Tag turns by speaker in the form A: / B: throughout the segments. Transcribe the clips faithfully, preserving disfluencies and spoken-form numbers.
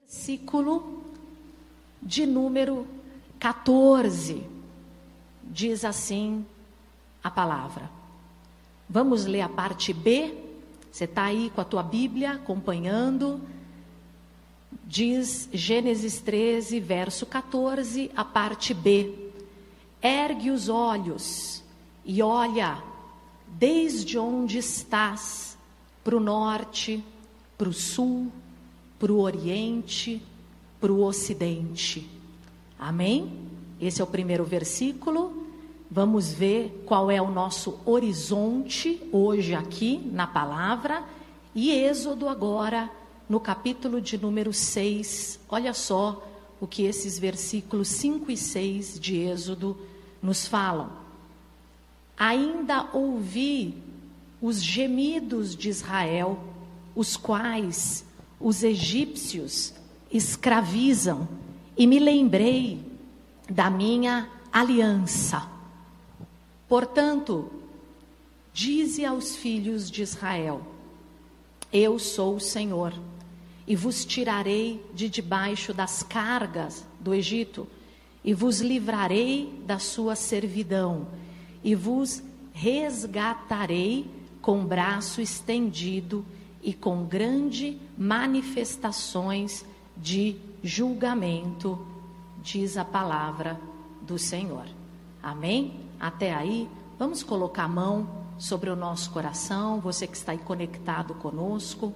A: Versículo de número quatorze, diz assim a palavra. Vamos ler a parte B? Você está aí com a tua Bíblia acompanhando? Diz Gênesis treze, verso quatorze, a parte B. Ergue os olhos e olha desde onde estás, para o norte, para o sul, para o oriente, para o ocidente. Amém? Esse é o primeiro versículo. Vamos ver qual é o nosso horizonte hoje aqui na palavra. E Êxodo agora, no capítulo de número seis. Olha só o que esses versículos cinco e seis de Êxodo nos falam. Ainda ouvi os gemidos de Israel, os quais os egípcios escravizam, e me lembrei da minha aliança. Portanto, dize aos filhos de Israel: eu sou o Senhor, e vos tirarei de debaixo das cargas do Egito, e vos livrarei da sua servidão, e vos resgatarei com braço estendido e com grande manifestações de julgamento, diz a palavra do Senhor. Amém? Até aí, vamos colocar a mão sobre o nosso coração, você que está aí conectado conosco.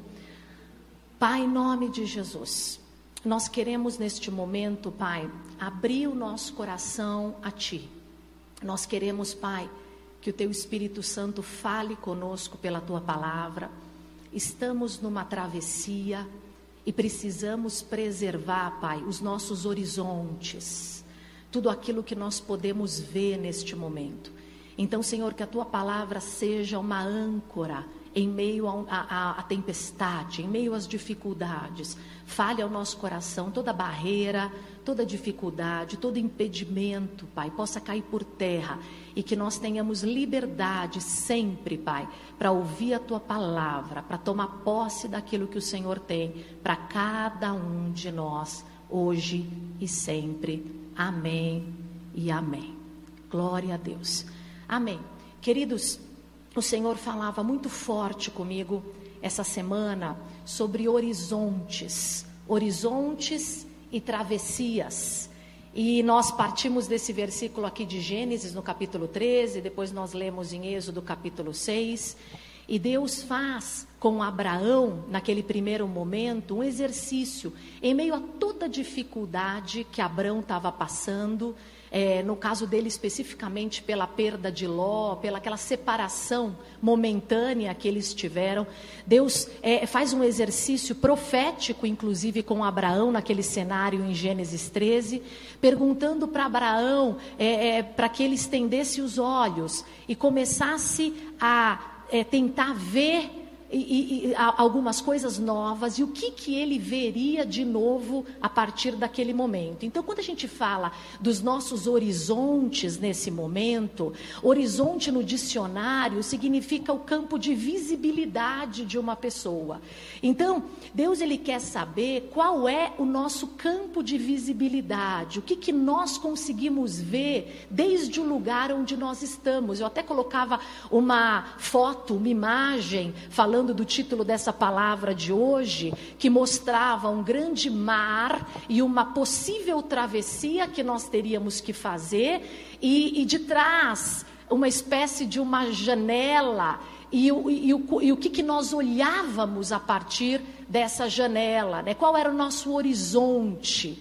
A: Pai, em nome de Jesus, nós queremos neste momento, Pai, abrir o nosso coração a Ti. Nós queremos, Pai, que o Teu Espírito Santo fale conosco pela Tua palavra. Estamos numa travessia e precisamos preservar, Pai, os nossos horizontes, tudo aquilo que nós podemos ver neste momento. Então, Senhor, que a Tua palavra seja uma âncora em meio à tempestade, em meio às dificuldades. Fale ao nosso coração, toda barreira, toda dificuldade, todo impedimento, Pai, possa cair por terra, e que nós tenhamos liberdade sempre, Pai, para ouvir a Tua palavra, para tomar posse daquilo que o Senhor tem para cada um de nós, hoje e sempre. Amém e amém. Glória a Deus. Amém. Queridos, o Senhor falava muito forte comigo essa semana sobre horizontes, horizontes e travessias. E nós partimos desse versículo aqui de Gênesis, no capítulo treze, depois nós lemos em Êxodo, capítulo seis. E Deus faz com Abraão, naquele primeiro momento, um exercício, em meio a toda a dificuldade que Abraão estava passando, é, no caso dele especificamente pela perda de Ló, pela aquela separação momentânea que eles tiveram. Deus é, faz um exercício profético, inclusive com Abraão, naquele cenário em Gênesis treze, perguntando para Abraão, é, é, para que ele estendesse os olhos e começasse a É, tentar ver e, e, e, algumas coisas novas, e o que, que ele veria de novo a partir daquele momento. Então, quando a gente fala dos nossos horizontes nesse momento, horizonte no dicionário significa o campo de visibilidade de uma pessoa. Então, Deus ele quer saber qual é o nosso campo de visibilidade, o que, que nós conseguimos ver desde o lugar onde nós estamos. Eu até colocava uma foto, uma imagem, falando do título dessa palavra de hoje, que mostrava um grande mar e uma possível travessia que nós teríamos que fazer, e, e de trás uma espécie de uma janela, e, e, e, o, e o que, que nós olhávamos a partir dessa janela, né? Qual era o nosso horizonte,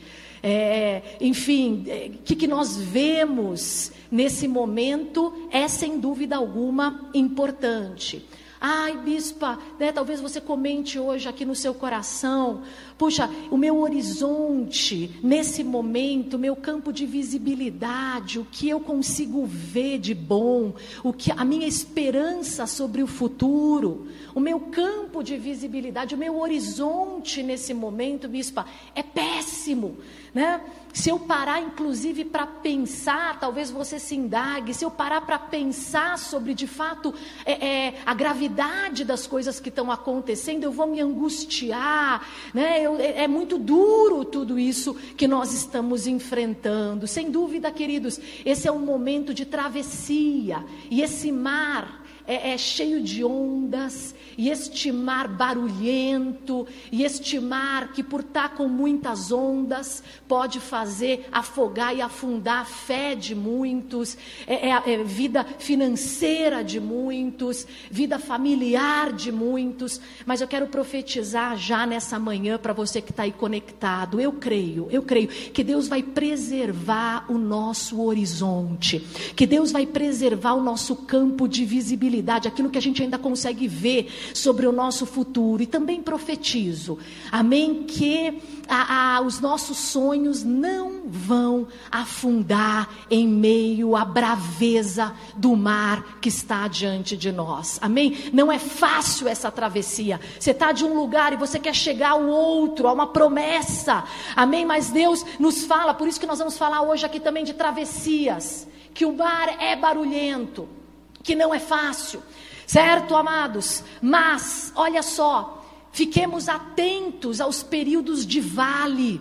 A: é, enfim, o é, que, que nós vemos nesse momento é sem dúvida alguma importante. Ai, bispa, né, talvez você comente hoje aqui no seu coração: puxa, o meu horizonte nesse momento, o meu campo de visibilidade, o que eu consigo ver de bom, o que a minha esperança sobre o futuro, o meu campo de visibilidade, o meu horizonte nesse momento, bispa, é péssimo, né? Se eu parar, inclusive, para pensar, talvez você se indague, se eu parar para pensar sobre, de fato, é, é, a gravidade gravidade das coisas que estão acontecendo, eu vou me angustiar, né? Eu, é, é muito duro tudo isso que nós estamos enfrentando. Sem dúvida, queridos, esse é um momento de travessia, e esse mar É, é cheio de ondas, e este mar barulhento, e este mar que por estar com muitas ondas, pode fazer afogar e afundar a fé de muitos, é, é, é vida financeira de muitos, vida familiar de muitos. Mas eu quero profetizar já nessa manhã para você que está aí conectado, eu creio, eu creio que Deus vai preservar o nosso horizonte, que Deus vai preservar o nosso campo de visibilidade, aquilo que a gente ainda consegue ver sobre o nosso futuro. E também profetizo, amém, que a, a, os nossos sonhos não vão afundar em meio à braveza do mar que está diante de nós, amém. Não é fácil essa travessia, você está de um lugar e você quer chegar ao outro, a uma promessa, amém, mas Deus nos fala, por isso que nós vamos falar hoje aqui também de travessias, que o mar é barulhento, que não é fácil, certo, amados? Mas, olha só, fiquemos atentos aos períodos de vale.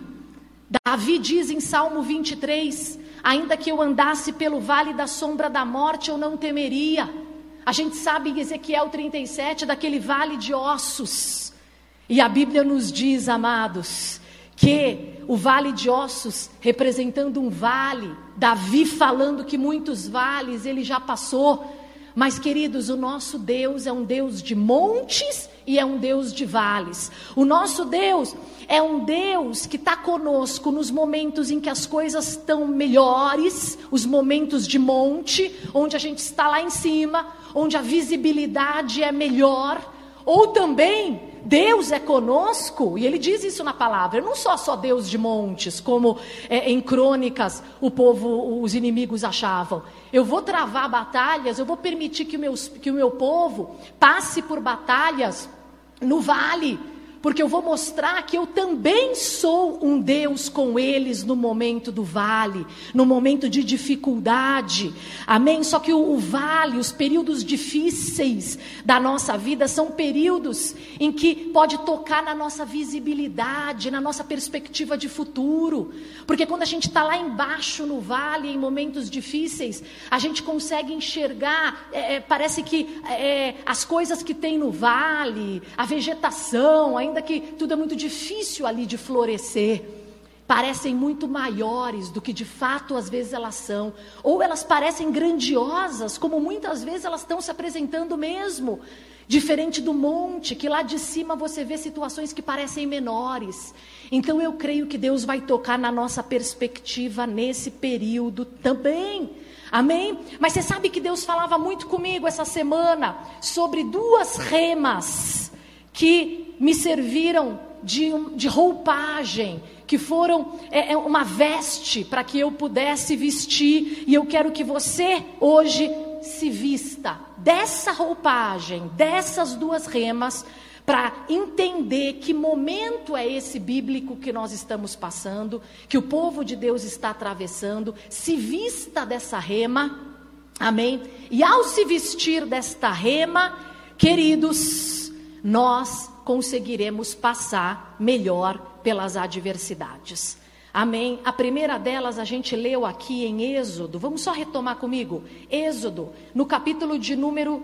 A: Davi diz em Salmo vinte e três, ainda que eu andasse pelo vale da sombra da morte, eu não temeria. A gente sabe em Ezequiel trinta e sete, daquele vale de ossos. E a Bíblia nos diz, amados, que o vale de ossos, representando um vale, Davi falando que muitos vales ele já passou. Mas, queridos, o nosso Deus é um Deus de montes e é um Deus de vales. O nosso Deus é um Deus que está conosco nos momentos em que as coisas estão melhores, os momentos de monte, onde a gente está lá em cima, onde a visibilidade é melhor. Ou também, Deus é conosco, e Ele diz isso na palavra, não só só Deus de montes, como é, em Crônicas o povo, os inimigos achavam. Eu vou travar batalhas, eu vou permitir que o, meus, que o meu povo passe por batalhas no vale, porque eu vou mostrar que eu também sou um Deus com eles no momento do vale, no momento de dificuldade, amém? Só que o, o vale, os períodos difíceis da nossa vida são períodos em que pode tocar na nossa visibilidade, na nossa perspectiva de futuro, porque quando a gente está lá embaixo no vale, em momentos difíceis, a gente consegue enxergar, é, parece que é, as coisas que tem no vale, a vegetação, ainda que tudo é muito difícil ali de florescer, parecem muito maiores do que de fato às vezes elas são, ou elas parecem grandiosas, como muitas vezes elas estão se apresentando mesmo, diferente do monte, que lá de cima você vê situações que parecem menores. Então eu creio que Deus vai tocar na nossa perspectiva nesse período também, amém? Mas você sabe que Deus falava muito comigo essa semana sobre duas remas que me serviram de, de roupagem, que foram é, uma veste para que eu pudesse vestir, e eu quero que você hoje se vista dessa roupagem, dessas duas remas, para entender que momento é esse bíblico que nós estamos passando, que o povo de Deus está atravessando. Se vista dessa rema, amém? E ao se vestir desta rema, queridos, nós conseguiremos passar melhor pelas adversidades, amém? A primeira delas a gente leu aqui em Êxodo, vamos só retomar comigo, Êxodo, no capítulo de número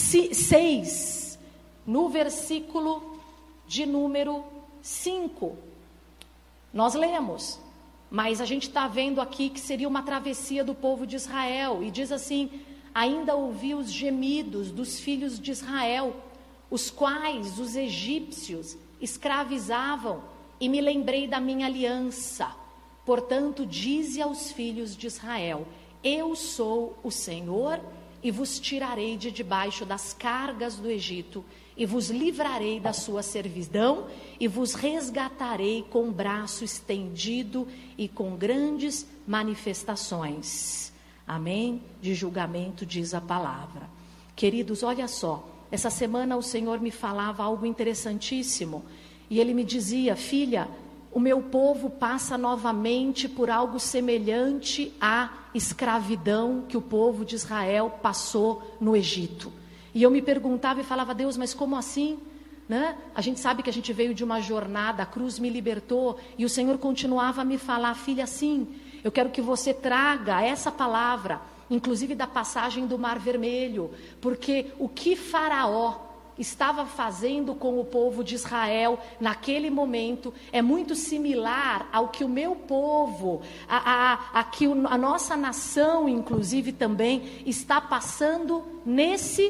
A: seis, no versículo de número cinco, nós lemos, mas a gente está vendo aqui que seria uma travessia do povo de Israel, e diz assim, ainda ouvi os gemidos dos filhos de Israel, os quais os egípcios escravizavam, e me lembrei da minha aliança. Portanto, dize aos filhos de Israel, eu sou o Senhor, e vos tirarei de debaixo das cargas do Egito, e vos livrarei da sua servidão, e vos resgatarei com o braço estendido e com grandes manifestações. Amém? De julgamento, diz a palavra. Queridos, olha só. Essa semana o Senhor me falava algo interessantíssimo, e Ele me dizia, filha, o meu povo passa novamente por algo semelhante à escravidão que o povo de Israel passou no Egito. E eu me perguntava e falava, Deus, mas como assim? Né? A gente sabe que a gente veio de uma jornada, a cruz me libertou, e o Senhor continuava a me falar, filha, sim, eu quero que você traga essa palavra, inclusive da passagem do Mar Vermelho, porque o que Faraó estava fazendo com o povo de Israel naquele momento é muito similar ao que o meu povo, a, a, a que a nossa nação, inclusive, também está passando nesse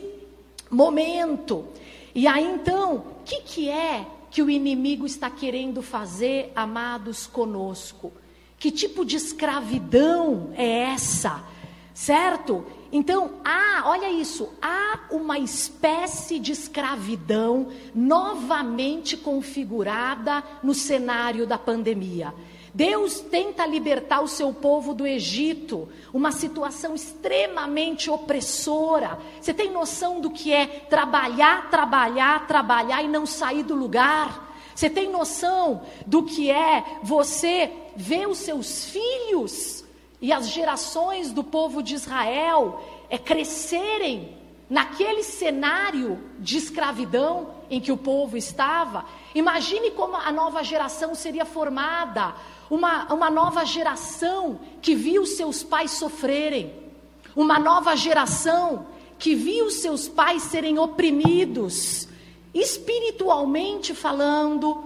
A: momento. E aí então, o que, que é que o inimigo está querendo fazer, amados, conosco? Que tipo de escravidão é essa? Certo? Então, há, olha isso, há uma espécie de escravidão novamente configurada no cenário da pandemia. Deus tenta libertar o seu povo do Egito, uma situação extremamente opressora. Você tem noção do que é trabalhar, trabalhar, trabalhar e não sair do lugar? Você tem noção do que é você ver os seus filhos e as gerações do povo de Israel é, crescerem naquele cenário de escravidão em que o povo estava? Imagine como a nova geração seria formada, uma, uma nova geração que viu seus pais sofrerem, uma nova geração que viu seus pais serem oprimidos, espiritualmente falando,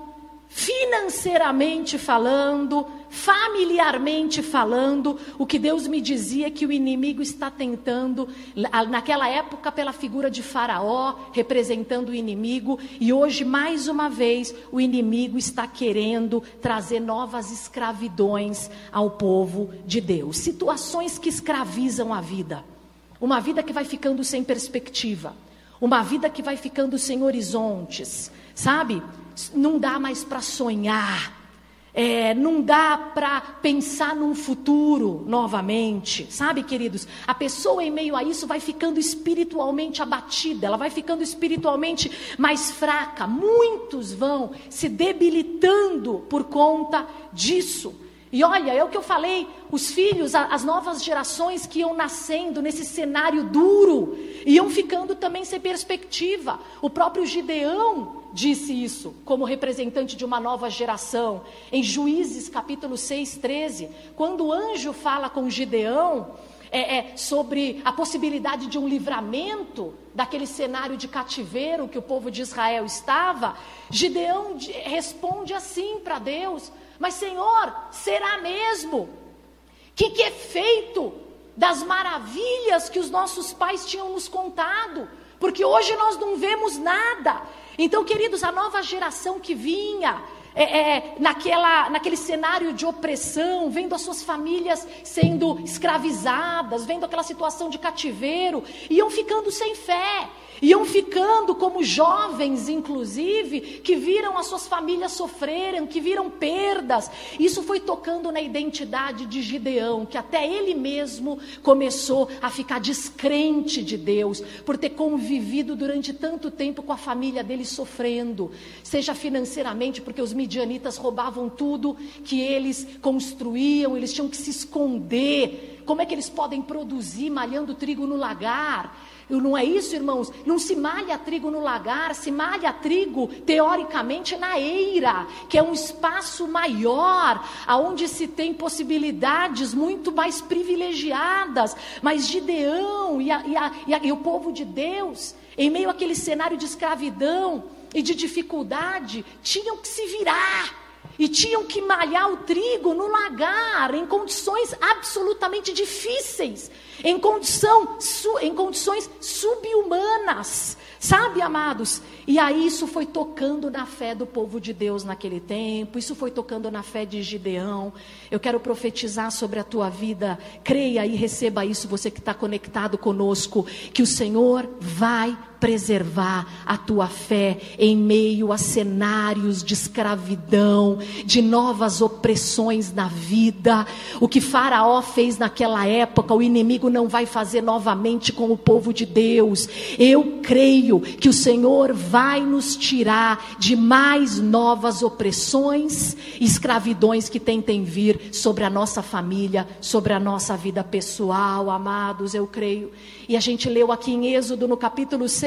A: financeiramente falando, familiarmente falando. O que Deus me dizia é que o inimigo está tentando, naquela época pela figura de Faraó, representando o inimigo, e hoje mais uma vez o inimigo está querendo trazer novas escravidões ao povo de Deus, situações que escravizam a vida, uma vida que vai ficando sem perspectiva, uma vida que vai ficando sem horizontes, sabe? Não dá mais para sonhar, é, não dá para pensar num futuro novamente, sabe, queridos? A pessoa em meio a isso vai ficando espiritualmente abatida, ela vai ficando espiritualmente mais fraca, muitos vão se debilitando por conta disso. E olha, é o que eu falei, os filhos, as novas gerações que iam nascendo nesse cenário duro, iam ficando também sem perspectiva. O próprio Gideão disse isso, como representante de uma nova geração, em Juízes capítulo seis, treze, quando o anjo fala com Gideão, é, é, sobre a possibilidade de um livramento daquele cenário de cativeiro que o povo de Israel estava, Gideão responde assim para Deus, mas Senhor, será mesmo? Que que é feito das maravilhas que os nossos pais tinham nos contado? Porque hoje nós não vemos nada. Então, queridos, a nova geração que vinha é, é, naquela, naquele cenário de opressão, vendo as suas famílias sendo escravizadas, vendo aquela situação de cativeiro, iam ficando sem fé. Iam ficando como jovens, inclusive, que viram as suas famílias sofrerem, que viram perdas. Isso foi tocando na identidade de Gideão, que até ele mesmo começou a ficar descrente de Deus, por ter convivido durante tanto tempo com a família dele sofrendo, seja financeiramente, porque os midianitas roubavam tudo que eles construíam, eles tinham que se esconder. Como é que eles podem produzir malhando trigo no lagar? Não é isso, irmãos? Não se malha trigo no lagar, se malha trigo, teoricamente, na eira, que é um espaço maior, aonde se tem possibilidades muito mais privilegiadas. Mas Gideão e, a, e, a, e, a, e o povo de Deus, em meio àquele cenário de escravidão e de dificuldade, tinham que se virar. E tinham que malhar o trigo no lagar, em condições absolutamente difíceis, em, condição, su, em condições subhumanas, sabe, amados? E aí isso foi tocando na fé do povo de Deus naquele tempo, isso foi tocando na fé de Gideão. Eu quero profetizar sobre a tua vida, creia e receba isso, você que está conectado conosco, que o Senhor vai preservar a tua fé em meio a cenários de escravidão, de novas opressões na vida. O que Faraó fez naquela época, o inimigo não vai fazer novamente com o povo de Deus. Eu creio que o Senhor vai nos tirar de mais novas opressões e escravidões que tentem vir sobre a nossa família, sobre a nossa vida pessoal, amados, eu creio. E a gente leu aqui em Êxodo no capítulo seis,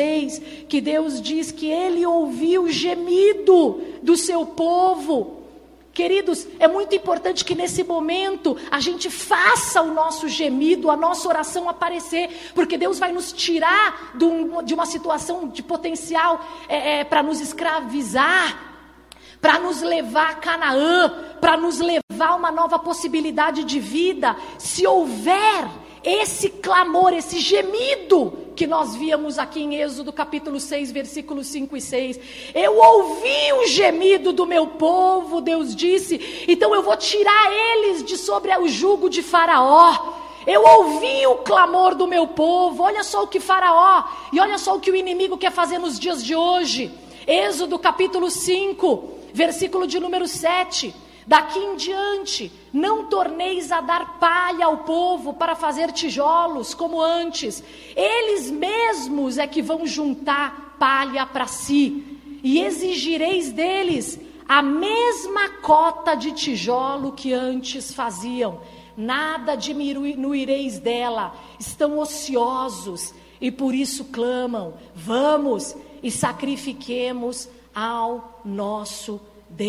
A: seis, que Deus diz que Ele ouviu o gemido do seu povo. Queridos, é muito importante que nesse momento a gente faça o nosso gemido, a nossa oração aparecer, porque Deus vai nos tirar de, um, de uma situação de potencial é, é, para nos escravizar, para nos levar a Canaã, para nos levar a uma nova possibilidade de vida. Se houver esse clamor, esse gemido que nós víamos aqui em Êxodo capítulo seis, versículos cinco e seis. Eu ouvi o gemido do meu povo, Deus disse, então eu vou tirar eles de sobre o jugo de Faraó. Eu ouvi o clamor do meu povo. Olha só o que Faraó, e olha só o que o inimigo quer fazer nos dias de hoje. Êxodo capítulo cinco, versículo de número sete. Daqui em diante, não torneis a dar palha ao povo para fazer tijolos como antes. Eles mesmos é que vão juntar palha para si. E exigireis deles a mesma cota de tijolo que antes faziam. Nada diminuireis dela. Estão ociosos e por isso clamam. Vamos e sacrifiquemos ao nosso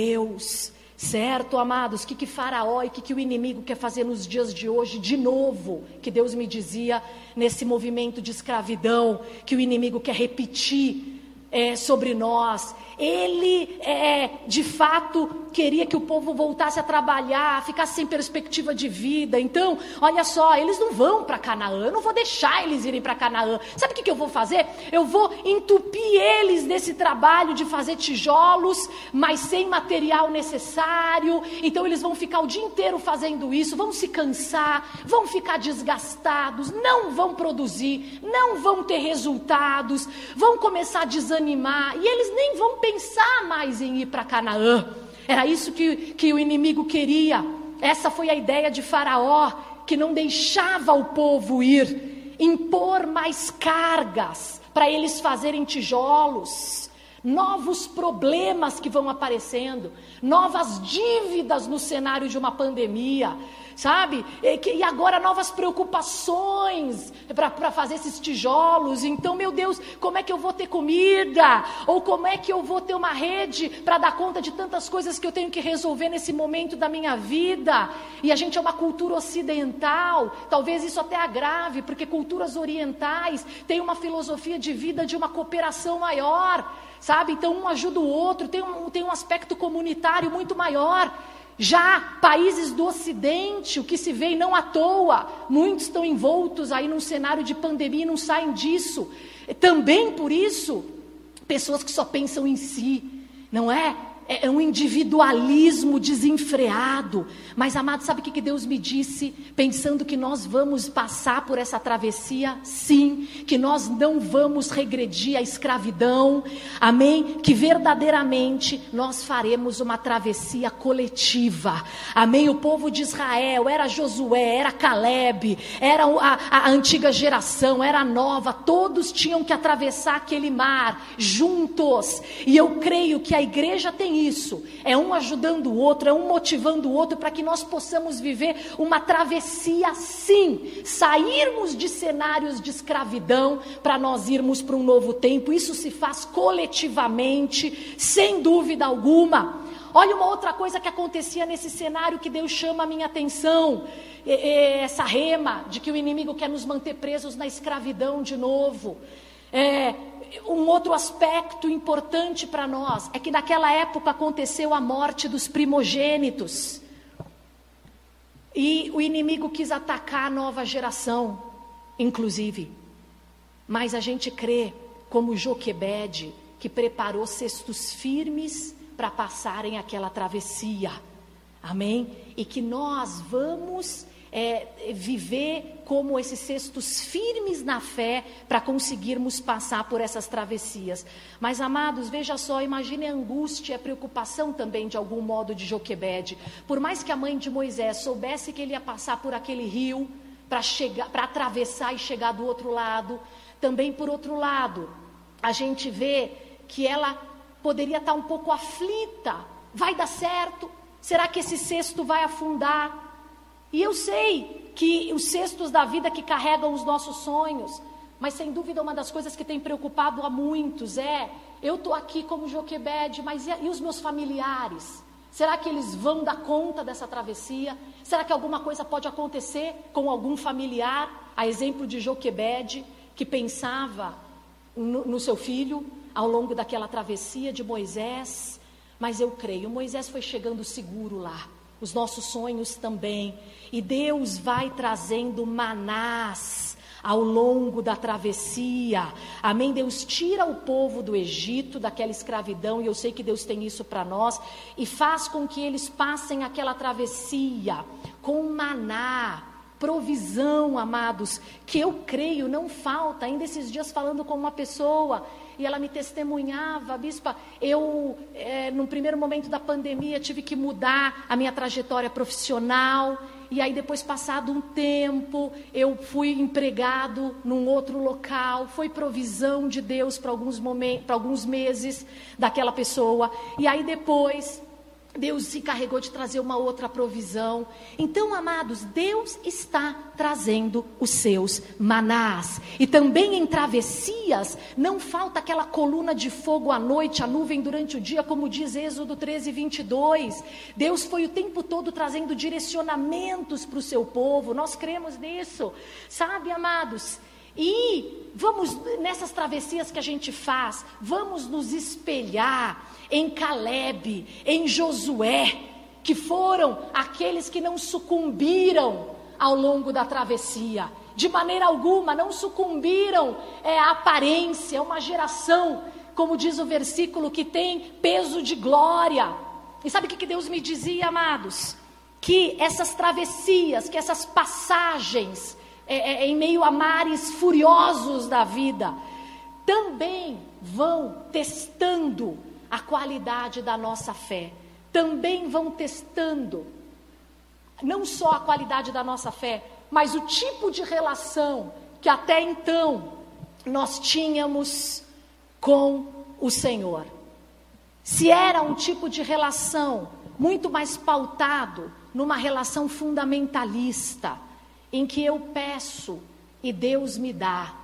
A: Deus. Certo, amados? O que que Faraó e o que que o inimigo quer fazer nos dias de hoje? De novo, que Deus me dizia nesse movimento de escravidão, que o inimigo quer repetir é, sobre nós. Ele, é, de fato, queria que o povo voltasse a trabalhar, ficasse sem perspectiva de vida. Então, olha só, eles não vão para Canaã, eu não vou deixar eles irem para Canaã. Sabe o que que eu vou fazer? Eu vou entupir eles nesse trabalho de fazer tijolos, mas sem material necessário. Então, eles vão ficar o dia inteiro fazendo isso, vão se cansar, vão ficar desgastados, não vão produzir, não vão ter resultados, vão começar a desanimar, e eles nem vão pensar mais em ir para Canaã. Era isso que, que o inimigo queria. Essa foi a ideia de Faraó, que não deixava o povo ir, impor mais cargas para eles fazerem tijolos. Novos problemas que vão aparecendo, novas dívidas no cenário de uma pandemia, sabe? E, que, e agora novas preocupações para fazer esses tijolos. Então, meu Deus, como é que eu vou ter comida? Ou como é que eu vou ter uma rede para dar conta de tantas coisas que eu tenho que resolver nesse momento da minha vida? E a gente é uma cultura ocidental, talvez isso até agrave, porque culturas orientais têm uma filosofia de vida de uma cooperação maior, sabe? Então um ajuda o outro, tem um, tem um aspecto comunitário muito maior. Já países do Ocidente, o que se vê e não à toa, muitos estão envoltos aí num cenário de pandemia e não saem disso. Também por isso, pessoas que só pensam em si, não é? É um individualismo desenfreado. Mas, amado, sabe o que Deus me disse? Pensando que nós vamos passar por essa travessia, sim. Que nós não vamos regredir à escravidão, amém? Que verdadeiramente nós faremos uma travessia coletiva, amém? O povo de Israel, era Josué, era Caleb, era a, a antiga geração, era a nova, todos tinham que atravessar aquele mar, juntos. E eu creio que a igreja tem isso, é um ajudando o outro, é um motivando o outro, para que nós possamos viver uma travessia sim, sairmos de cenários de escravidão, para nós irmos para um novo tempo. Isso se faz coletivamente, sem dúvida alguma. Olha uma outra coisa que acontecia nesse cenário que Deus chama a minha atenção, essa rema de que o inimigo quer nos manter presos na escravidão de novo. É, um outro aspecto importante para nós é que naquela época aconteceu a morte dos primogênitos. E o inimigo quis atacar a nova geração, inclusive. Mas a gente crê, como Joquebede, que preparou cestos firmes para passarem aquela travessia. Amém? E que nós vamos é, viver como esses cestos firmes na fé para conseguirmos passar por essas travessias. Mas, amados, veja só, imagine a angústia e a preocupação também, de algum modo, de Joquebede. Por mais que a mãe de Moisés soubesse que ele ia passar por aquele rio para chegar, para atravessar e chegar do outro lado, também por outro lado, a gente vê que ela poderia estar um pouco aflita. Vai dar certo? Será que esse cesto vai afundar? E eu sei que os cestos da vida que carregam os nossos sonhos, mas sem dúvida uma das coisas que tem preocupado a muitos é, eu estou aqui como Joquebede, mas e, e os meus familiares? Será que eles vão dar conta dessa travessia? Será que alguma coisa pode acontecer com algum familiar? A exemplo de Joquebede, que pensava no, no seu filho ao longo daquela travessia de Moisés. Mas eu creio, Moisés foi chegando seguro lá, os nossos sonhos também. E Deus vai trazendo manás ao longo da travessia, amém? Deus tira o povo do Egito, daquela escravidão, e eu sei que Deus tem isso para nós, e faz com que eles passem aquela travessia com maná, provisão, amados, que eu creio não falta. Ainda esses dias falando com uma pessoa, e ela me testemunhava, bispa, eu, é, num primeiro momento da pandemia, tive que mudar a minha trajetória profissional, e aí depois, passado um tempo, eu fui empregado num outro local, foi provisão de Deus para alguns momentos, para alguns meses daquela pessoa, e aí depois Deus se encarregou de trazer uma outra provisão. Então, amados, Deus está trazendo os seus manás. E também em travessias, não falta aquela coluna de fogo à noite, a nuvem durante o dia, como diz Êxodo treze, vinte e dois. Deus foi o tempo todo trazendo direcionamentos para o seu povo. Nós cremos nisso, sabe, amados? E vamos, nessas travessias que a gente faz, vamos nos espelhar em Caleb, em Josué, que foram aqueles que não sucumbiram ao longo da travessia, de maneira alguma, não sucumbiram é, à aparência, uma geração, como diz o versículo, que tem peso de glória. E sabe o que Deus me dizia, amados? Que essas travessias, que essas passagens, É, é, em meio a mares furiosos da vida, também vão testando a qualidade da nossa fé, também vão testando, não só a qualidade da nossa fé, mas o tipo de relação que até então nós tínhamos com o Senhor. Se era um tipo de relação muito mais pautado numa relação fundamentalista, em que eu peço e Deus me dá,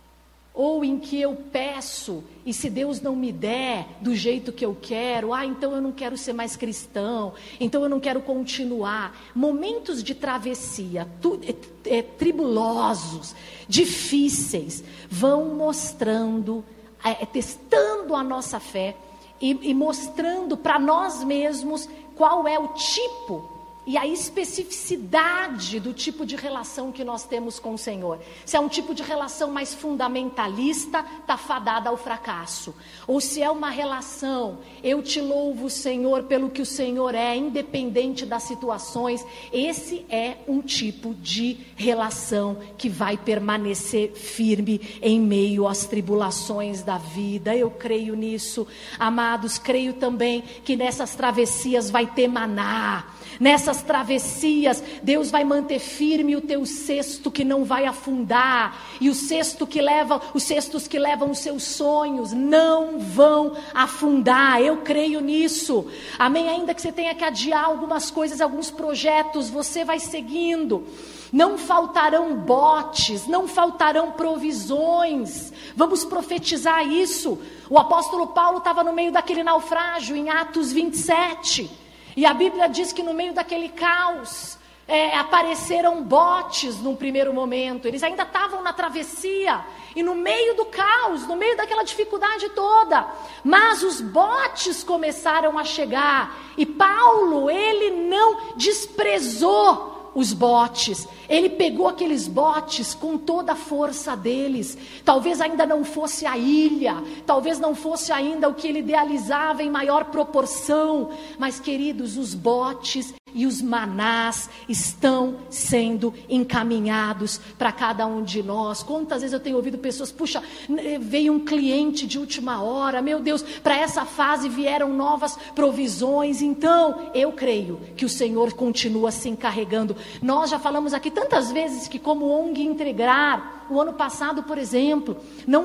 A: ou em que eu peço e se Deus não me der do jeito que eu quero, ah, então eu não quero ser mais cristão, então eu não quero continuar. Momentos de travessia, tu, é, é, tribulosos, difíceis, vão mostrando, é, testando a nossa fé e, e mostrando para nós mesmos qual é o tipo e a especificidade do tipo de relação que nós temos com o Senhor. Se é um tipo de relação mais fundamentalista, está fadada ao fracasso. Ou se é uma relação, eu te louvo, Senhor, pelo que o Senhor é, independente das situações. Esse é um tipo de relação que vai permanecer firme em meio às tribulações da vida. Eu creio nisso, amados. Creio também que nessas travessias vai ter maná. Nessas travessias, Deus vai manter firme o teu cesto que não vai afundar, e o cesto que leva, os cestos que levam os seus sonhos não vão afundar. Eu creio nisso, amém? Ainda que você tenha que adiar algumas coisas, alguns projetos, você vai seguindo. Não faltarão botes, não faltarão provisões. Vamos profetizar isso. O apóstolo Paulo estava no meio daquele naufrágio em Atos vinte e sete. E a Bíblia diz que no meio daquele caos, é, apareceram botes num primeiro momento. Eles ainda estavam na travessia, e no meio do caos, no meio daquela dificuldade toda, mas os botes começaram a chegar, e Paulo, ele não desprezou os botes, ele pegou aqueles botes com toda a força deles. Talvez ainda não fosse a ilha, talvez não fosse ainda o que ele idealizava em maior proporção, mas queridos, os botes e os manás estão sendo encaminhados para cada um de nós. Quantas vezes eu tenho ouvido pessoas, puxa, veio um cliente de última hora, meu Deus, para essa fase vieram novas provisões. Então, eu creio que o Senhor continua se encarregando. Nós já falamos aqui tantas vezes que, como O N G Integrar, o ano passado, por exemplo, não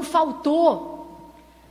A: faltou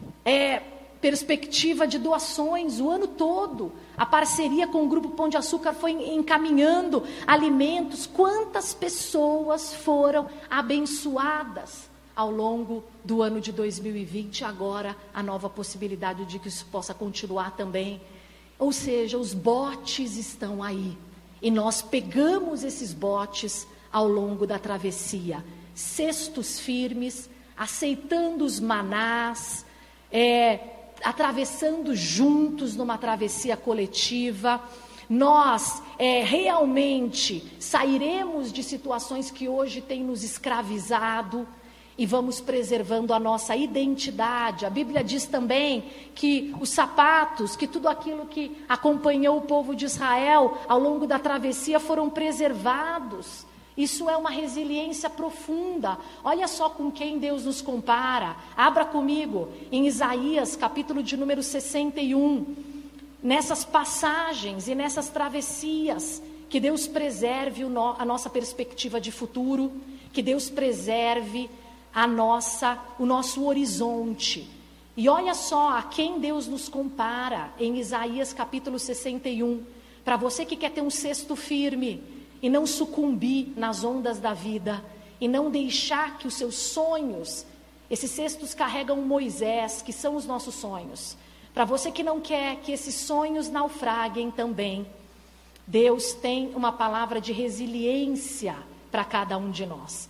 A: é, perspectiva de doações o ano todo. A parceria com o Grupo Pão de Açúcar foi encaminhando alimentos. Quantas pessoas foram abençoadas ao longo do ano de dois mil e vinte, agora a nova possibilidade de que isso possa continuar também. Ou seja, os botes estão aí, e nós pegamos esses botes ao longo da travessia, cestos firmes, aceitando os manás, é, atravessando juntos numa travessia coletiva. Nós é, realmente sairemos de situações que hoje têm nos escravizado e vamos preservando a nossa identidade. A Bíblia diz também que os sapatos, que tudo aquilo que acompanhou o povo de Israel ao longo da travessia foram preservados. Isso é uma resiliência profunda. Olha só com quem Deus nos compara. Abra comigo em Isaías, capítulo de número sessenta e um. Nessas passagens e nessas travessias, que Deus preserve o no, a nossa perspectiva de futuro, que Deus preserve a nossa, o nosso horizonte. E olha só a quem Deus nos compara em Isaías capítulo sessenta e um. Para você que quer ter um cesto firme e não sucumbir nas ondas da vida, e não deixar que os seus sonhos, esses cestos carregam Moisés, que são os nossos sonhos. Para você que não quer que esses sonhos naufraguem também, Deus tem uma palavra de resiliência para cada um de nós.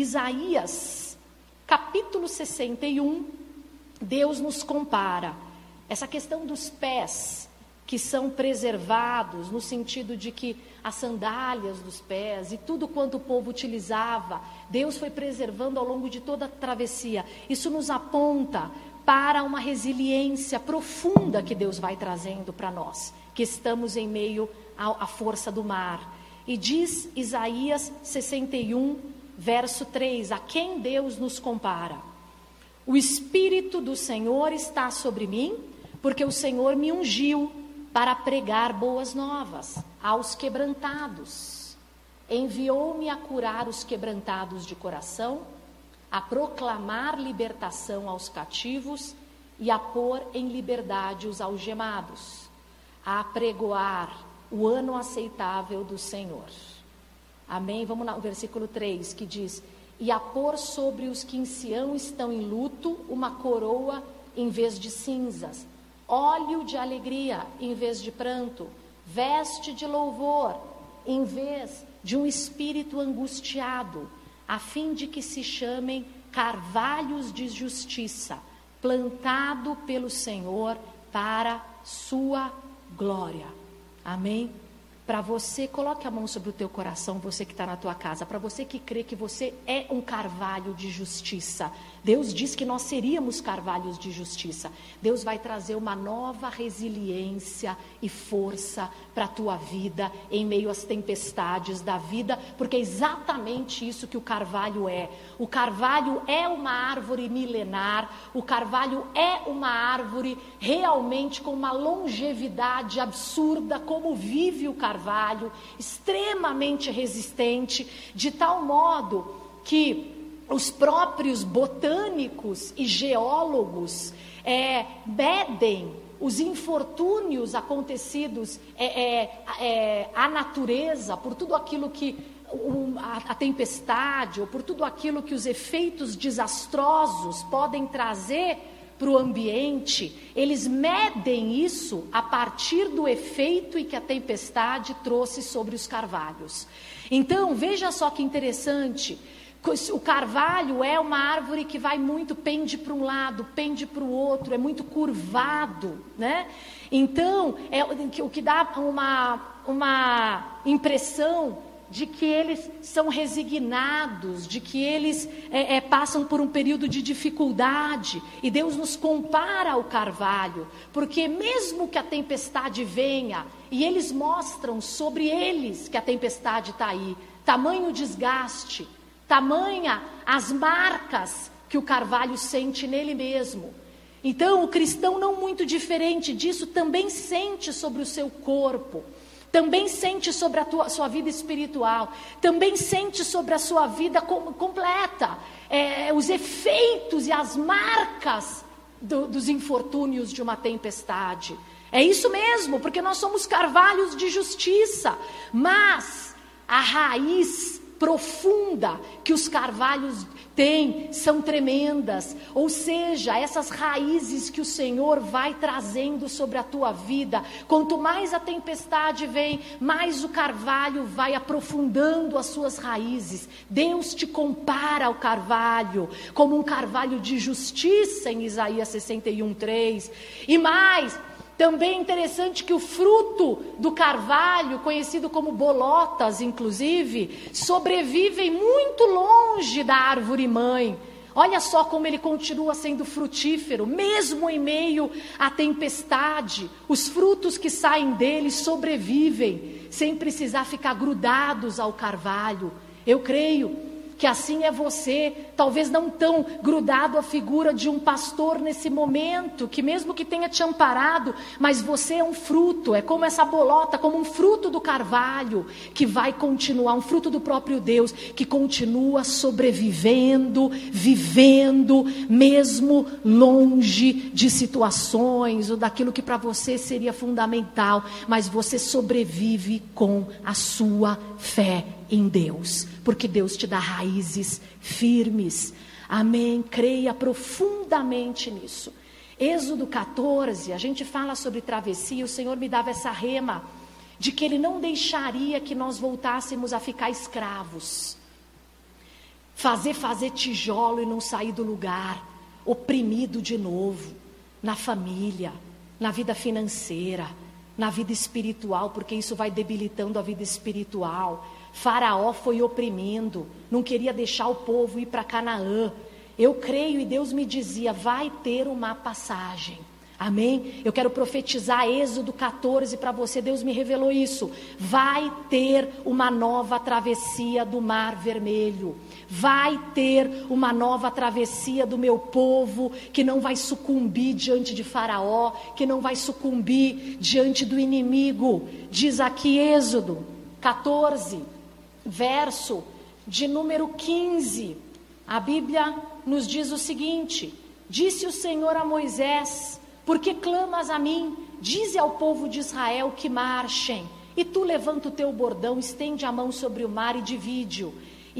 A: Isaías, capítulo sessenta e um, Deus nos compara essa questão dos pés, que são preservados, no sentido de que as sandálias dos pés e tudo quanto o povo utilizava, Deus foi preservando ao longo de toda a travessia. Isso nos aponta para uma resiliência profunda que Deus vai trazendo para nós, que estamos em meio à força do mar. E diz Isaías sessenta e um, verso três, a quem Deus nos compara? O Espírito do Senhor está sobre mim, porque o Senhor me ungiu para pregar boas novas aos quebrantados. Enviou-me a curar os quebrantados de coração, a proclamar libertação aos cativos e a pôr em liberdade os algemados, a apregoar o ano aceitável do Senhor. Amém? Vamos no versículo três, que diz: e a pôr sobre os que em Sião estão em luto uma coroa em vez de cinzas, óleo de alegria em vez de pranto, veste de louvor em vez de um espírito angustiado, a fim de que se chamem carvalhos de justiça, plantado pelo Senhor para sua glória. Amém? Para você, coloque a mão sobre o teu coração, você que está na tua casa, para você que crê que você é um carvalho de justiça. Deus diz que nós seríamos carvalhos de justiça. Deus vai trazer uma nova resiliência e força para a tua vida, em meio às tempestades da vida, porque é exatamente isso que o carvalho é. O carvalho é uma árvore milenar, o carvalho é uma árvore realmente com uma longevidade absurda, como vive o carvalho, extremamente resistente, de tal modo que os próprios botânicos e geólogos é, medem os infortúnios acontecidos é, é, é, à natureza, por tudo aquilo que um, a, a tempestade, ou por tudo aquilo que os efeitos desastrosos podem trazer para o ambiente. Eles medem isso a partir do efeito que a tempestade trouxe sobre os carvalhos. Então, veja só que interessante. O carvalho é uma árvore que vai muito, pende para um lado, pende para o outro, é muito curvado, né? Então, é o que dá uma, uma impressão de que eles são resignados, de que eles é, é, passam por um período de dificuldade. E Deus nos compara ao carvalho, porque mesmo que a tempestade venha, e eles mostram sobre eles que a tempestade está aí, tamanho desgaste, tamanha as marcas que o carvalho sente nele mesmo. Então, o cristão, não muito diferente disso, também sente sobre o seu corpo, também sente sobre a tua, sua vida espiritual, também sente sobre a sua vida com, completa, é, os efeitos e as marcas do, dos infortúnios de uma tempestade. É isso mesmo, porque nós somos carvalhos de justiça, mas a raiz profunda que os carvalhos têm são tremendas. Ou seja, essas raízes que o Senhor vai trazendo sobre a tua vida, quanto mais a tempestade vem, mais o carvalho vai aprofundando as suas raízes. Deus te compara ao carvalho como um carvalho de justiça em Isaías sessenta e um, três. E mais, também é interessante que o fruto do carvalho, conhecido como bolotas, inclusive, sobrevivem muito longe da árvore mãe. Olha só como ele continua sendo frutífero, mesmo em meio à tempestade. Os frutos que saem dele sobrevivem, sem precisar ficar grudados ao carvalho. Eu creio que assim é você, talvez não tão grudado à figura de um pastor nesse momento, que mesmo que tenha te amparado, mas você é um fruto, é como essa bolota, como um fruto do carvalho, que vai continuar, um fruto do próprio Deus, que continua sobrevivendo, vivendo, mesmo longe de situações, ou daquilo que para você seria fundamental, mas você sobrevive com a sua fé em Deus, porque Deus te dá raízes firmes. Amém? Creia profundamente nisso. Êxodo catorze, a gente fala sobre travessia. O Senhor me dava essa rema de que Ele não deixaria que nós voltássemos a ficar escravos, fazer, fazer tijolo e não sair do lugar, oprimido de novo, na família, na vida financeira, na vida espiritual, porque isso vai debilitando a vida espiritual. Faraó foi oprimindo, não queria deixar o povo ir para Canaã. Eu creio e Deus me dizia, vai ter uma passagem. Amém? Eu quero profetizar Êxodo catorze para você, Deus me revelou isso. Vai ter uma nova travessia do Mar Vermelho. Vai ter uma nova travessia do meu povo, que não vai sucumbir diante de Faraó, que não vai sucumbir diante do inimigo. Diz aqui Êxodo catorze, verso de número quinze. A Bíblia nos diz o seguinte: disse o Senhor a Moisés: por que clamas a mim? Dize ao povo de Israel que marchem. E tu levanta o teu bordão, estende a mão sobre o mar e divide-o.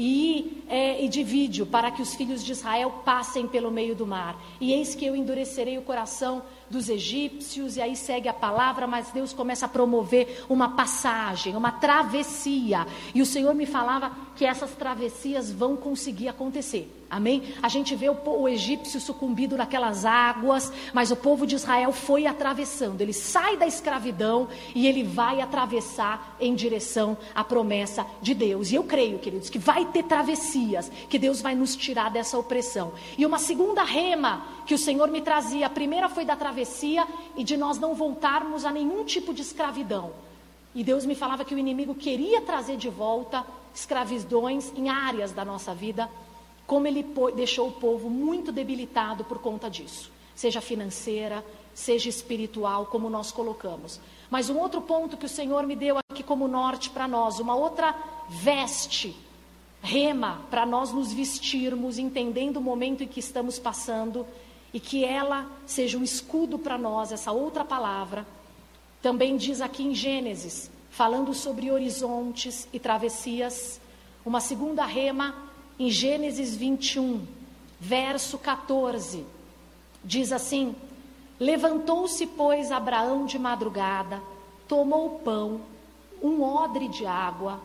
A: E, é, e divide-o para que os filhos de Israel passem pelo meio do mar. E eis que eu endurecerei o coração dos egípcios. E aí segue a palavra, mas Deus começa a promover uma passagem, uma travessia. E o Senhor me falava que essas travessias vão conseguir acontecer. Amém? A gente vê o, o egípcio sucumbido naquelas águas, mas o povo de Israel foi atravessando. Ele sai da escravidão e ele vai atravessar em direção à promessa de Deus. E eu creio, queridos, que vai ter travessias, que Deus vai nos tirar dessa opressão. E uma segunda rema que o Senhor me trazia, a primeira foi da travessia e de nós não voltarmos a nenhum tipo de escravidão. E Deus me falava que o inimigo queria trazer de volta escravidões em áreas da nossa vida, como ele deixou o povo muito debilitado por conta disso, seja financeira, seja espiritual, como nós colocamos. Mas um outro ponto que o Senhor me deu aqui como norte para nós, uma outra veste, rema, para nós nos vestirmos, entendendo o momento em que estamos passando, e que ela seja um escudo para nós, essa outra palavra. Também diz aqui em Gênesis, falando sobre horizontes e travessias, uma segunda rema, em Gênesis vinte e um, verso catorze, diz assim: levantou-se, pois, Abraão de madrugada, tomou o pão, um odre de água,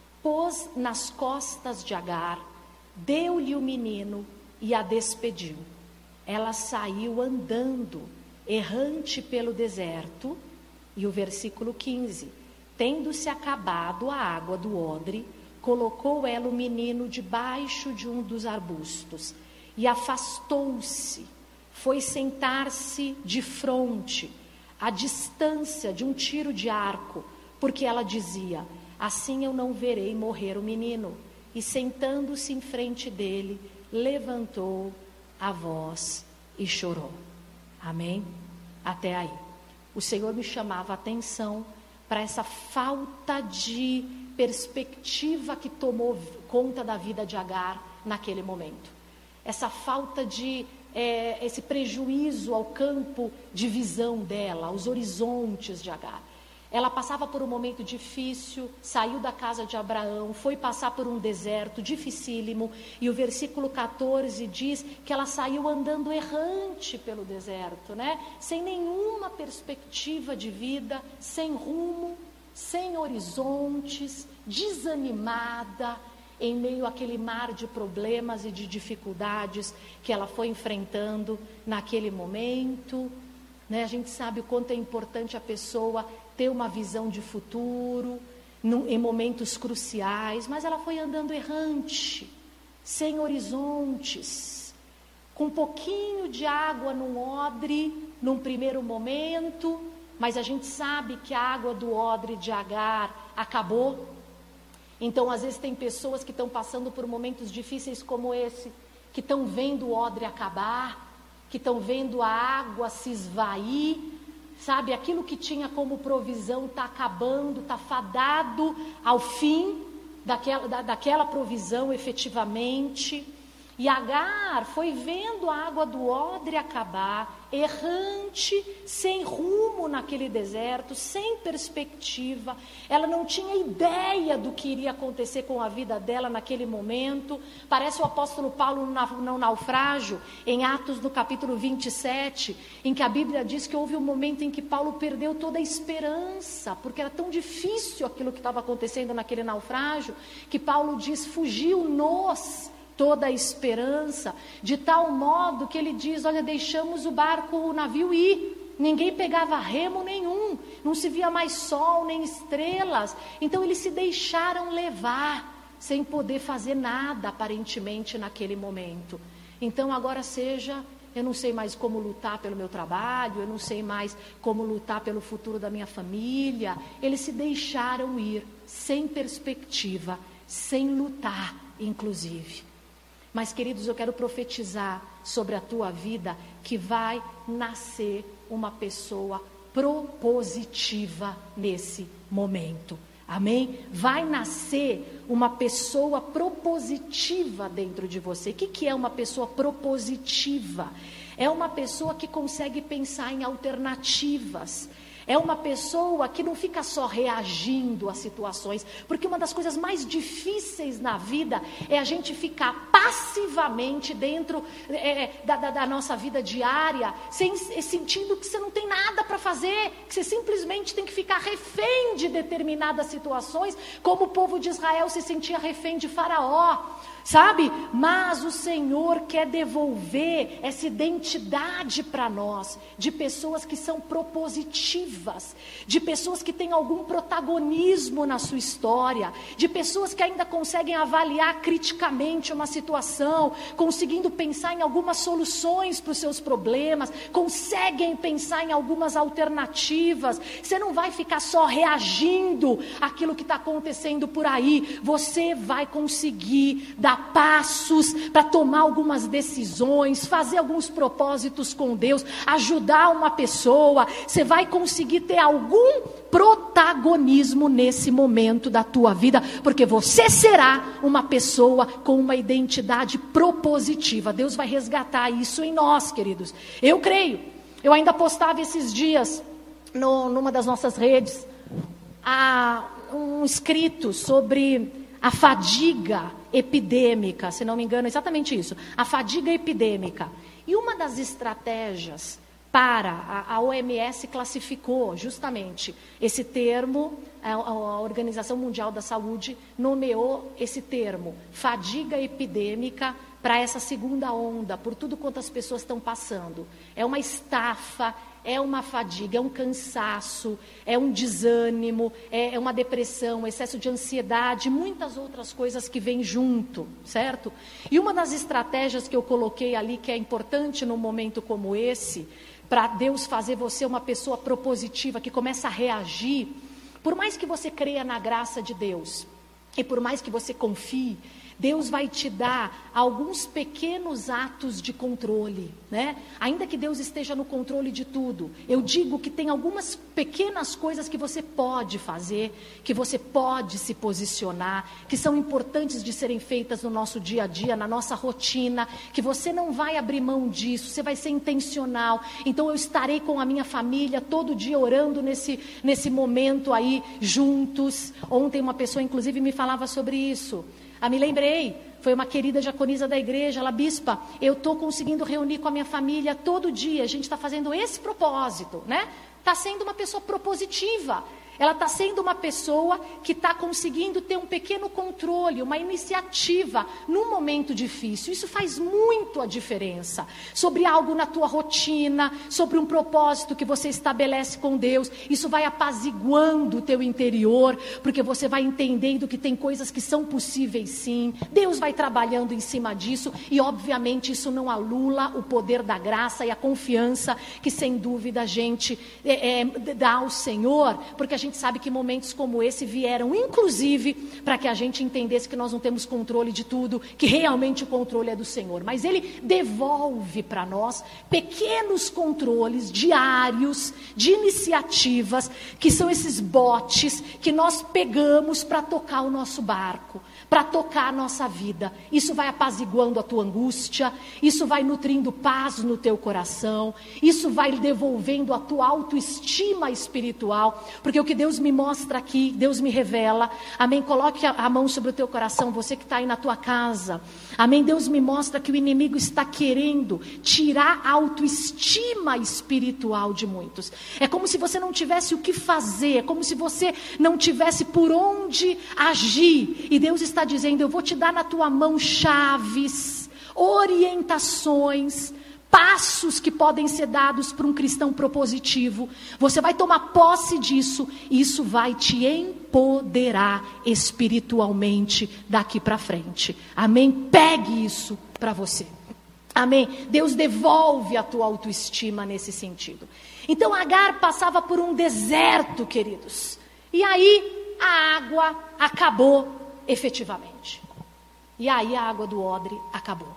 A: pôs nas costas de Agar, deu-lhe o menino e a despediu. Ela saiu andando, errante pelo deserto. E o versículo quinze, tendo-se acabado a água do odre, colocou ela o menino debaixo de um dos arbustos e afastou-se, foi sentar-se de fronte, à distância de um tiro de arco, porque ela dizia: assim eu não verei morrer o menino. E sentando-se em frente dele, levantou a voz e chorou. Amém? Até aí. O Senhor me chamava a atenção para essa falta de perspectiva que tomou conta da vida de Agar naquele momento. Essa falta de, é, esse prejuízo ao campo de visão dela, aos horizontes de Agar. Ela passava por um momento difícil, saiu da casa de Abraão, foi passar por um deserto dificílimo, e o versículo catorze diz que ela saiu andando errante pelo deserto, né? Sem nenhuma perspectiva de vida, sem rumo, sem horizontes, desanimada, em meio àquele mar de problemas e de dificuldades que ela foi enfrentando naquele momento, né? A gente sabe o quanto é importante a pessoa ter uma visão de futuro, num, em momentos cruciais, mas ela foi andando errante, sem horizontes, com um pouquinho de água num odre, num primeiro momento, mas a gente sabe que a água do odre de Agar acabou. Então, às vezes tem pessoas que estão passando por momentos difíceis como esse, que estão vendo o odre acabar, que estão vendo a água se esvair, sabe, aquilo que tinha como provisão está acabando, está fadado ao fim daquela, da, daquela provisão efetivamente. E Agar foi vendo a água do odre acabar, errante, sem rumo naquele deserto, sem perspectiva. Ela não tinha ideia do que iria acontecer com a vida dela naquele momento. Parece o apóstolo Paulo no naufrágio, em Atos no capítulo vinte e sete, em que a Bíblia diz que houve um momento em que Paulo perdeu toda a esperança, porque era tão difícil aquilo que estava acontecendo naquele naufrágio, que Paulo diz, fugiu-nos toda a esperança, de tal modo que ele diz, olha, deixamos o barco, o navio ir, ninguém pegava remo nenhum, não se via mais sol, nem estrelas, então eles se deixaram levar, sem poder fazer nada, aparentemente, naquele momento. Então agora seja, eu não sei mais como lutar pelo meu trabalho, eu não sei mais como lutar pelo futuro da minha família, eles se deixaram ir, sem perspectiva, sem lutar, inclusive. Mas, queridos, eu quero profetizar sobre a tua vida que vai nascer uma pessoa propositiva nesse momento. Amém? Vai nascer uma pessoa propositiva dentro de você. O que, que é uma pessoa propositiva? É uma pessoa que consegue pensar em alternativas. É uma pessoa que não fica só reagindo às situações, porque uma das coisas mais difíceis na vida é a gente ficar passivamente dentro é, da, da, da nossa vida diária, sem, sentindo que você não tem nada para fazer, que você simplesmente tem que ficar refém de determinadas situações, como o povo de Israel se sentia refém de Faraó. Sabe? Mas o Senhor quer devolver essa identidade para nós, de pessoas que são propositivas, de pessoas que têm algum protagonismo na sua história, de pessoas que ainda conseguem avaliar criticamente uma situação, conseguindo pensar em algumas soluções para os seus problemas, conseguem pensar em algumas alternativas. Você não vai ficar só reagindo àquilo que está acontecendo por aí, você vai conseguir dar passos para tomar algumas decisões, fazer alguns propósitos com Deus, ajudar uma pessoa. Você vai conseguir ter algum protagonismo nesse momento da tua vida, porque você será uma pessoa com uma identidade propositiva. Deus vai resgatar isso em nós, queridos. Eu creio. Eu ainda postava esses dias no, numa das nossas redes a, um escrito sobre a fadiga epidêmica, se não me engano, exatamente isso, a fadiga epidêmica. E uma das estratégias para, a, a O M S classificou justamente esse termo, a, a Organização Mundial da Saúde nomeou esse termo, fadiga epidêmica, para essa segunda onda, por tudo quanto as pessoas estão passando. É uma estafa, é uma fadiga, é um cansaço, é um desânimo, é, é uma depressão, excesso de ansiedade, muitas outras coisas que vêm junto, certo? E uma das estratégias que eu coloquei ali, que é importante num momento como esse, para Deus fazer você uma pessoa propositiva, que começa a reagir, por mais que você creia na graça de Deus, e por mais que você confie, Deus vai te dar alguns pequenos atos de controle, né? Ainda que Deus esteja no controle de tudo, eu digo que tem algumas pequenas coisas que você pode fazer, que você pode se posicionar, que são importantes de serem feitas no nosso dia a dia, na nossa rotina, que você não vai abrir mão disso, você vai ser intencional. Então eu estarei com a minha família todo dia orando nesse, nesse momento aí, juntos. Ontem uma pessoa inclusive me falava sobre isso. Ah, me lembrei, foi uma querida diaconisa da igreja, ela, bispa, eu estou conseguindo reunir com a minha família todo dia, a gente está fazendo esse propósito, né? Está sendo uma pessoa propositiva, ela está sendo uma pessoa que está conseguindo ter um pequeno controle, uma iniciativa num momento difícil. Isso faz muito a diferença, sobre algo na tua rotina, sobre um propósito que você estabelece com Deus. Isso vai apaziguando o teu interior, porque você vai entendendo que tem coisas que são possíveis sim, Deus vai trabalhando em cima disso, e obviamente isso não anula o poder da graça e a confiança que sem dúvida a gente é, é, dá ao Senhor, porque a gente A gente sabe que momentos como esse vieram, inclusive, para que a gente entendesse que nós não temos controle de tudo, que realmente o controle é do Senhor. Mas Ele devolve para nós pequenos controles diários, de iniciativas, que são esses botes que nós pegamos para tocar o nosso barco, para tocar a nossa vida. Isso vai apaziguando a tua angústia, isso vai nutrindo paz no teu coração, isso vai devolvendo a tua autoestima espiritual, porque o que Deus me mostra aqui, Deus me revela, amém, coloque a, a mão sobre o teu coração, você que está aí na tua casa, amém, Deus me mostra que o inimigo está querendo tirar a autoestima espiritual de muitos. É como se você não tivesse o que fazer, é como se você não tivesse por onde agir, e Deus está dizendo, eu vou te dar na tua mão chaves, orientações, passos que podem ser dados para um cristão propositivo. Você vai tomar posse disso, e isso vai te empoderar espiritualmente daqui para frente. Amém? Pegue isso para você. Amém? Deus devolve a tua autoestima nesse sentido. Então Agar passava por um deserto, queridos. E aí a água acabou efetivamente. E aí a água do odre acabou.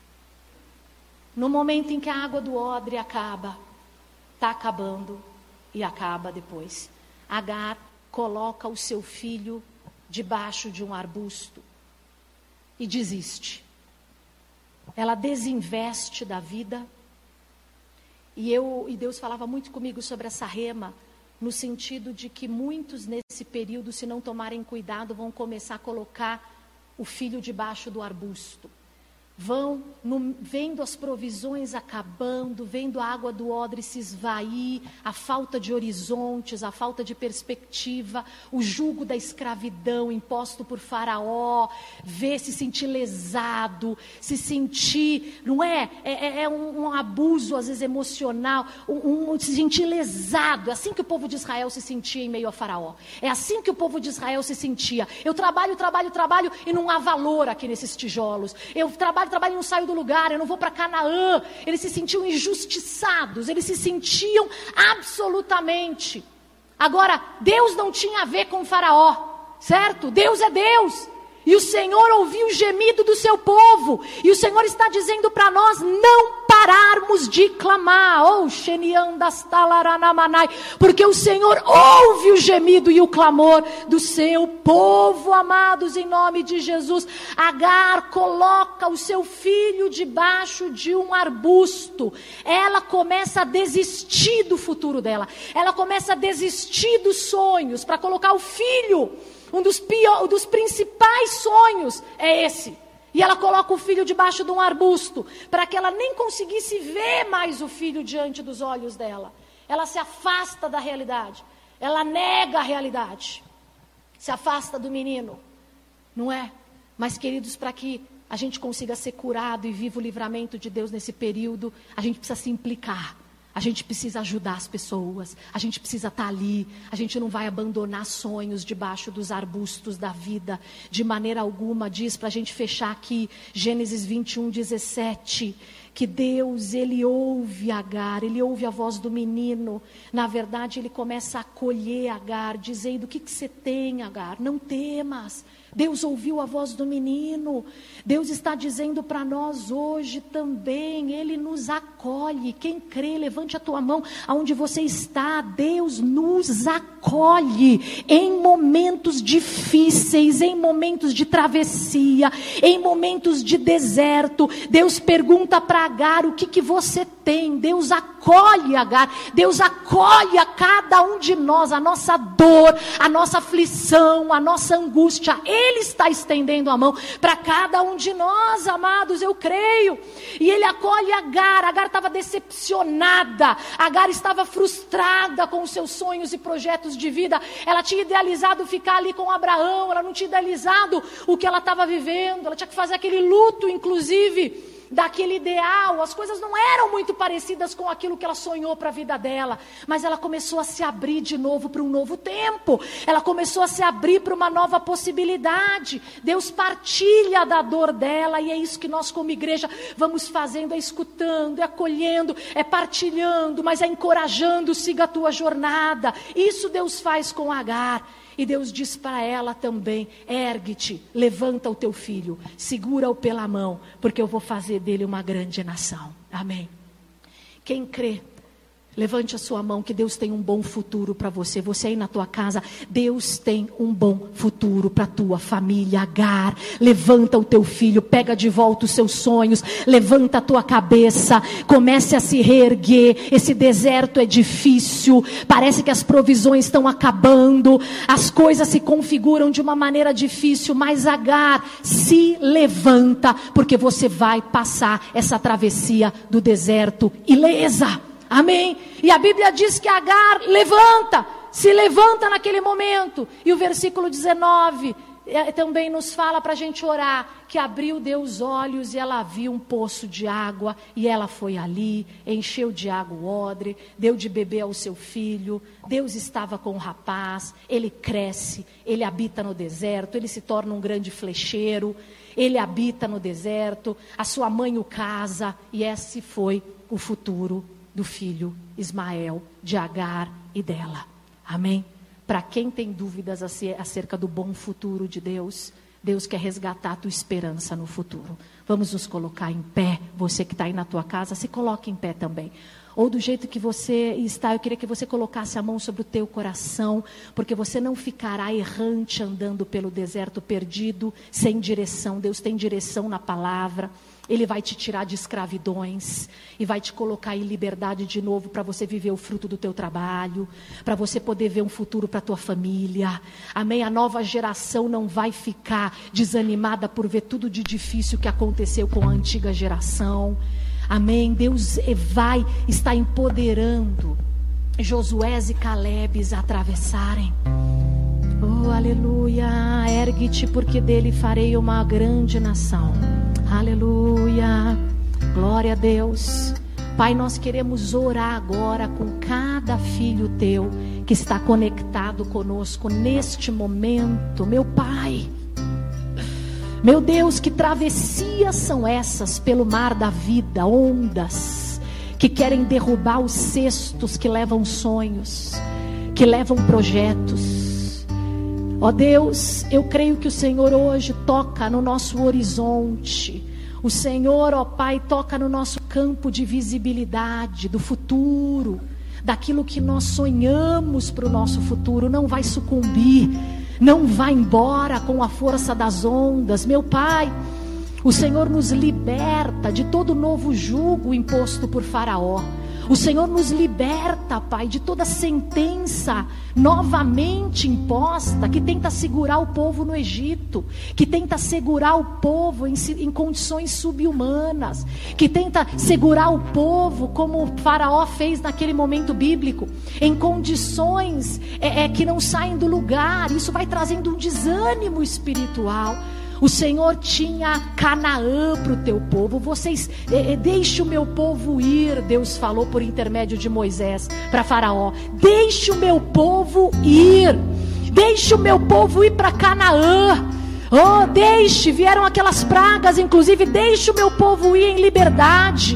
A: No momento em que a água do odre acaba, está acabando e acaba depois, Agar coloca o seu filho debaixo de um arbusto e desiste. Ela desinveste da vida. E, eu, e Deus falava muito comigo sobre essa rema, no sentido de que muitos nesse período, se não tomarem cuidado, vão começar a colocar o filho debaixo do arbusto. Vão no, vendo as provisões acabando, vendo a água do odre se esvair, a falta de horizontes, a falta de perspectiva, o jugo da escravidão imposto por Faraó, ver, se sentir lesado, se sentir, não é? É, é um, um abuso às vezes emocional, um, um, se sentir lesado. É assim que o povo de Israel se sentia em meio a Faraó. É assim que o povo de Israel se sentia. Eu trabalho, trabalho, trabalho e não há valor aqui nesses tijolos. Eu trabalho, trabalho e não saio do lugar, eu não vou para Canaã. Eles se sentiam injustiçados, eles se sentiam absolutamente. Agora, Deus não tinha a ver com Faraó, certo? Deus é Deus. E o Senhor ouviu o gemido do seu povo. E o Senhor está dizendo para nós não pararmos de clamar. Oh, porque o Senhor ouve o gemido e o clamor do seu povo, amados, em nome de Jesus. Agar coloca o seu filho debaixo de um arbusto. Ela começa a desistir do futuro dela. Ela começa a desistir dos sonhos para colocar o filho. Um dos, pior, um dos principais sonhos é esse. E ela coloca o filho debaixo de um arbusto, para que ela nem conseguisse ver mais o filho diante dos olhos dela. Ela se afasta da realidade. Ela nega a realidade. Se afasta do menino. Não é? Mas, queridos, para que a gente consiga ser curado e viva o livramento de Deus nesse período, a gente precisa se implicar. A gente precisa ajudar as pessoas, a gente precisa estar ali, a gente não vai abandonar sonhos debaixo dos arbustos da vida, de maneira alguma. Diz para a gente fechar aqui, Gênesis vinte e um, dezessete, que Deus, Ele ouve Agar, Ele ouve a voz do menino. Na verdade, Ele começa a acolher Agar, dizendo: o que, que você tem, Agar? Não temas. Deus ouviu a voz do menino. Deus está dizendo para nós hoje também, Ele nos acolhe. Quem crê, levante a tua mão aonde você está. Deus nos acolhe em momentos difíceis, em momentos de travessia, em momentos de deserto. Deus pergunta para Agar: o que, que você tem? Deus acolhe Agar. Deus acolhe a cada um de nós, a nossa dor, a nossa aflição, a nossa angústia. Ele está estendendo a mão para cada um de nós, amados, eu creio. E Ele acolhe Agar. Agar estava decepcionada, Agar estava frustrada com os seus sonhos e projetos de vida. Ela tinha idealizado ficar ali com Abraão, ela não tinha idealizado o que ela estava vivendo. Ela tinha que fazer aquele luto, inclusive, daquele ideal. As coisas não eram muito parecidas com aquilo que ela sonhou para a vida dela, mas ela começou a se abrir de novo para um novo tempo. Ela começou a se abrir para uma nova possibilidade. Deus partilha da dor dela, e é isso que nós como igreja vamos fazendo, é escutando, é acolhendo, é partilhando, mas é encorajando: siga a tua jornada. Isso Deus faz com Agar. E Deus diz para ela também: ergue-te, levanta o teu filho, segura-o pela mão, porque eu vou fazer dele uma grande nação. Amém. Quem crê, levante a sua mão, que Deus tem um bom futuro para você. Você aí na tua casa, Deus tem um bom futuro para a tua família. Agar, levanta o teu filho, pega de volta os seus sonhos, levanta a tua cabeça, comece a se reerguer. Esse deserto é difícil, parece que as provisões estão acabando, as coisas se configuram de uma maneira difícil, mas Agar, se levanta, porque você vai passar essa travessia do deserto ilesa. Amém? E a Bíblia diz que Agar levanta, se levanta naquele momento. E o versículo dezenove é, também nos fala para a gente orar, que abriu Deus olhos e ela viu um poço de água, e ela foi ali, encheu de água o odre, deu de beber ao seu filho. Deus estava com o rapaz, ele cresce, ele habita no deserto, ele se torna um grande flecheiro, ele habita no deserto, a sua mãe o casa, e esse foi o futuro do filho Ismael, de Agar e dela. Amém? Para quem tem dúvidas acerca do bom futuro de Deus, Deus quer resgatar a tua esperança no futuro. Vamos nos colocar em pé. Você que está aí na tua casa, se coloque em pé também. Ou do jeito que você está, eu queria que você colocasse a mão sobre o teu coração, porque você não ficará errante andando pelo deserto perdido, sem direção. Deus tem direção na palavra. Ele vai te tirar de escravidões e vai te colocar em liberdade de novo, para você viver o fruto do teu trabalho, para você poder ver um futuro para a tua família. Amém? A nova geração não vai ficar desanimada por ver tudo de difícil que aconteceu com a antiga geração. Amém? Deus vai estar empoderando Josués e Calebes a atravessarem. Oh, aleluia. Ergue-te, porque dele farei uma grande nação. Aleluia, glória a Deus. Pai, nós queremos orar agora com cada filho teu que está conectado conosco neste momento. Meu Pai, meu Deus, que travessias são essas pelo mar da vida? Ondas que querem derrubar os cestos que levam sonhos, que levam projetos. Ó Deus, eu creio que o Senhor hoje toca no nosso horizonte. O Senhor, ó Pai, toca no nosso campo de visibilidade do futuro, daquilo que nós sonhamos para o nosso futuro. Não vai sucumbir, não vai embora com a força das ondas. Meu Pai, o Senhor nos liberta de todo novo jugo imposto por Faraó. O Senhor nos liberta, Pai, de toda sentença novamente imposta, que tenta segurar o povo no Egito, que tenta segurar o povo em, em condições subhumanas, que tenta segurar o povo, como o Faraó fez naquele momento bíblico, em condições é, é, que não saem do lugar. Isso vai trazendo um desânimo espiritual. O Senhor tinha Canaã para o teu povo. Vocês, eh, deixe o meu povo ir, Deus falou por intermédio de Moisés para Faraó. Deixe o meu povo ir. Deixe o meu povo ir para Canaã. Oh, deixe, vieram aquelas pragas, inclusive, deixe o meu povo ir em liberdade.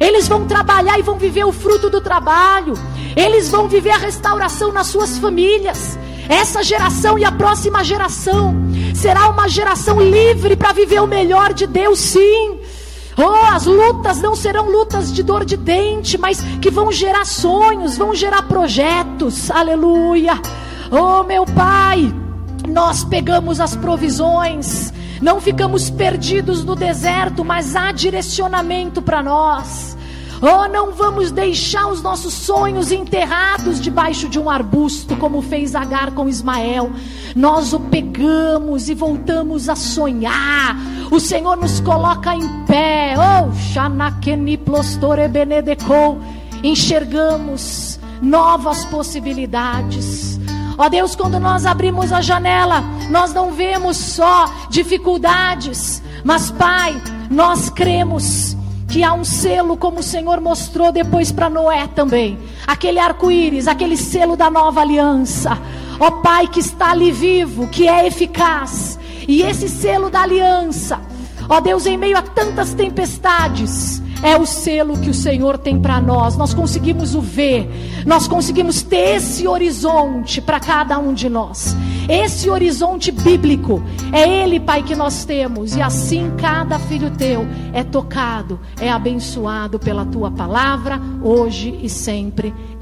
A: Eles vão trabalhar e vão viver o fruto do trabalho. Eles vão viver a restauração nas suas famílias. Essa geração e a próxima geração será uma geração livre para viver o melhor de Deus, sim. Oh, as lutas não serão lutas de dor de dente, mas que vão gerar sonhos, vão gerar projetos. Aleluia. Oh, meu Pai, nós pegamos as provisões, não ficamos perdidos no deserto, mas há direcionamento para nós. Oh, não vamos deixar os nossos sonhos enterrados debaixo de um arbusto, como fez Agar com Ismael. Nós o pegamos e voltamos a sonhar. O Senhor nos coloca em pé. Oh, Shanakeni Plostore Benedecou. Enxergamos novas possibilidades. Ó Deus, quando nós abrimos a janela, nós não vemos só dificuldades, mas Pai, nós cremos que há um selo, como o Senhor mostrou depois para Noé também, aquele arco-íris, aquele selo da nova aliança. Ó Pai, que está ali vivo, que é eficaz, e esse selo da aliança, ó Deus, em meio a tantas tempestades, é o selo que o Senhor tem para nós. Nós conseguimos o ver, nós conseguimos ter esse horizonte para cada um de nós. Esse horizonte bíblico, é Ele, Pai, que nós temos. E assim cada filho Teu é tocado, é abençoado pela Tua palavra, hoje e sempre.